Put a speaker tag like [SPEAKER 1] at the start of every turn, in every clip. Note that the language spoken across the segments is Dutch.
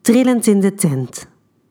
[SPEAKER 1] trillend in de tent.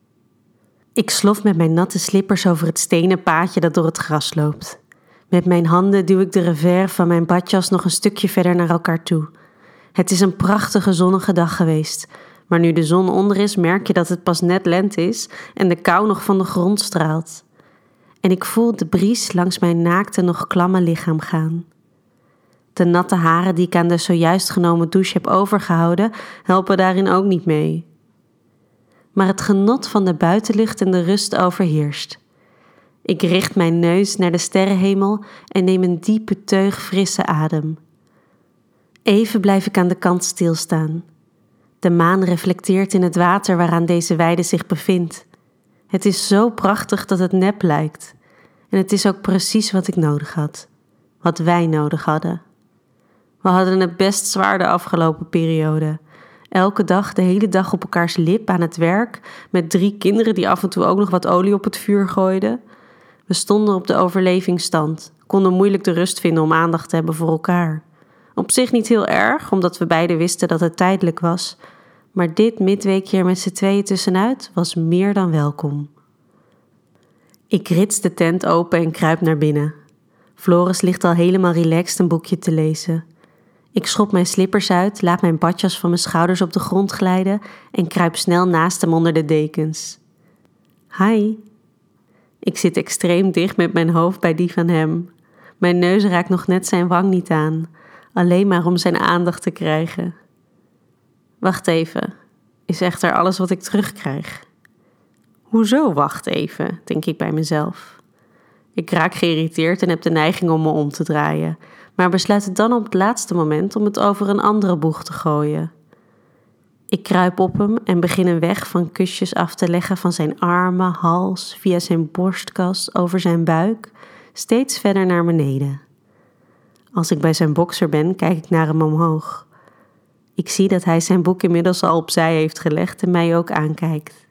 [SPEAKER 1] Ik slof met mijn natte slippers over het stenen paadje dat door het gras loopt. Met mijn handen duw ik de revers van mijn badjas nog een stukje verder naar elkaar toe. Het is een prachtige zonnige dag geweest, maar nu de zon onder is merk je dat het pas net lente is en de kou nog van de grond straalt. En ik voel de bries langs mijn naakte nog klamme lichaam gaan. De natte haren die ik aan de zojuist genomen douche heb overgehouden, helpen daarin ook niet mee. Maar het genot van de buitenlucht en de rust overheerst. Ik richt mijn neus naar de sterrenhemel en neem een diepe teug frisse adem. Even blijf ik aan de kant stilstaan. De maan reflecteert in het water waaraan deze weide zich bevindt. Het is zo prachtig dat het nep lijkt. En het is ook precies wat ik nodig had. Wat wij nodig hadden. We hadden het best zwaar de afgelopen periode. Elke dag, de hele dag op elkaars lip aan het werk, met 3 kinderen die af en toe ook nog wat olie op het vuur gooiden. We stonden op de overlevingsstand, konden moeilijk de rust vinden om aandacht te hebben voor elkaar. Op zich niet heel erg, omdat we beiden wisten dat het tijdelijk was, maar dit midweekje er met z'n tweeën tussenuit was meer dan welkom. Ik rits de tent open en kruip naar binnen. Floris ligt al helemaal relaxed een boekje te lezen. Ik schop mijn slippers uit, laat mijn badjas van mijn schouders op de grond glijden en kruip snel naast hem onder de dekens. Hi. Ik zit extreem dicht met mijn hoofd bij die van hem. Mijn neus raakt nog net zijn wang niet aan, alleen maar om zijn aandacht te krijgen. Wacht even, is echter alles wat ik terugkrijg. Hoezo wacht even, denk ik bij mezelf. Ik raak geïrriteerd en heb de neiging om me om te draaien, maar besluit het dan op het laatste moment om het over een andere boeg te gooien. Ik kruip op hem en begin een weg van kusjes af te leggen van zijn armen, hals, via zijn borstkas, over zijn buik, steeds verder naar beneden. Als ik bij zijn bokser ben, kijk ik naar hem omhoog. Ik zie dat hij zijn boek inmiddels al opzij heeft gelegd en mij ook aankijkt.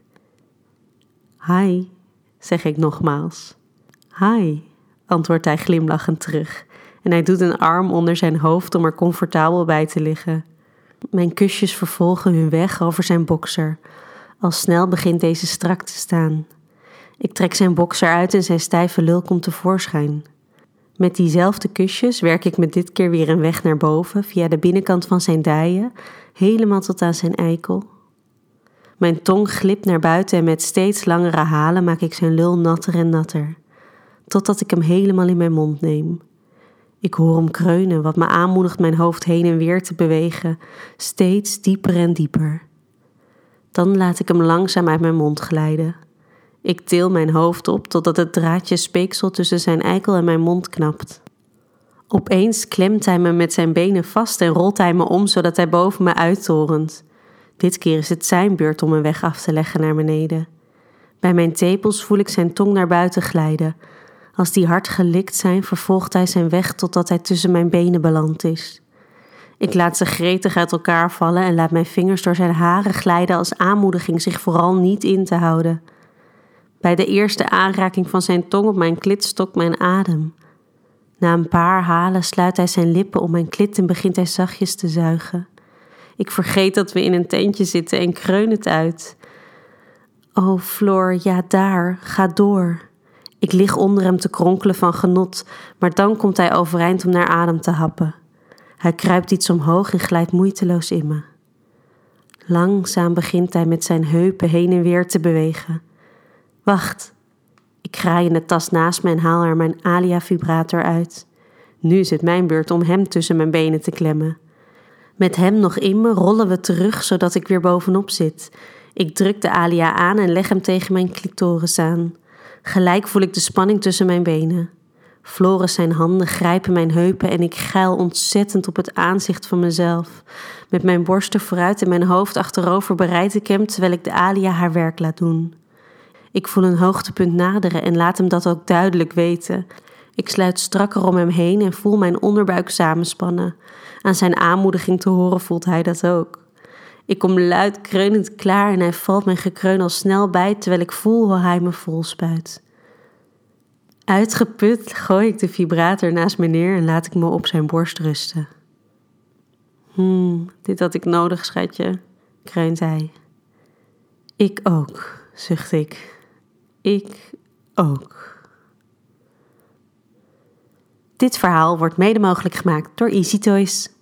[SPEAKER 1] Hi, zeg ik nogmaals. Hi, antwoordt hij glimlachend terug en hij doet een arm onder zijn hoofd om er comfortabel bij te liggen. Mijn kusjes vervolgen hun weg over zijn bokser. Al snel begint deze strak te staan. Ik trek zijn bokser uit en zijn stijve lul komt tevoorschijn. Met diezelfde kusjes werk ik me dit keer weer een weg naar boven via de binnenkant van zijn dijen, helemaal tot aan zijn eikel. Mijn tong glipt naar buiten en met steeds langere halen maak ik zijn lul natter en natter, totdat ik hem helemaal in mijn mond neem. Ik hoor hem kreunen, wat me aanmoedigt mijn hoofd heen en weer te bewegen, steeds dieper en dieper. Dan laat ik hem langzaam uit mijn mond glijden. Ik til mijn hoofd op totdat het draadje speeksel tussen zijn eikel en mijn mond knapt. Opeens klemt hij me met zijn benen vast en rolt hij me om zodat hij boven me uittorent. Dit keer is het zijn beurt om een weg af te leggen naar beneden. Bij mijn tepels voel ik zijn tong naar buiten glijden. Als die hard gelikt zijn, vervolgt hij zijn weg totdat hij tussen mijn benen beland is. Ik laat ze gretig uit elkaar vallen en laat mijn vingers door zijn haren glijden als aanmoediging zich vooral niet in te houden. Bij de eerste aanraking van zijn tong op mijn klit stokt mijn adem. Na een paar halen sluit hij zijn lippen om mijn klit en begint hij zachtjes te zuigen. Ik vergeet dat we in een tentje zitten en kreun het uit. Oh, Floor, ja daar, ga door. Ik lig onder hem te kronkelen van genot, maar dan komt hij overeind om naar adem te happen. Hij kruipt iets omhoog en glijdt moeiteloos in me. Langzaam begint hij met zijn heupen heen en weer te bewegen. Wacht, ik graai in de tas naast me en haal er mijn Alia-vibrator uit. Nu is het mijn beurt om hem tussen mijn benen te klemmen. Met hem nog in me rollen we terug zodat ik weer bovenop zit. Ik druk de Alia aan en leg hem tegen mijn clitoris aan. Gelijk voel ik de spanning tussen mijn benen. Floris zijn handen grijpen mijn heupen en ik geil ontzettend op het aanzicht van mezelf. Met mijn borsten vooruit en mijn hoofd achterover bereid ik hem terwijl ik de Alia haar werk laat doen. Ik voel een hoogtepunt naderen en laat hem dat ook duidelijk weten. Ik sluit strakker om hem heen en voel mijn onderbuik samenspannen. Aan zijn aanmoediging te horen voelt hij dat ook. Ik kom luid kreunend klaar en hij valt mijn gekreun al snel bij terwijl ik voel hoe hij me volspuit. Uitgeput gooi ik de vibrator naast me neer en laat ik me op zijn borst rusten. Dit had ik nodig, schatje, kreunt hij. Ik ook, zucht ik. Ik ook. Dit verhaal wordt mede mogelijk gemaakt door Easy Toys.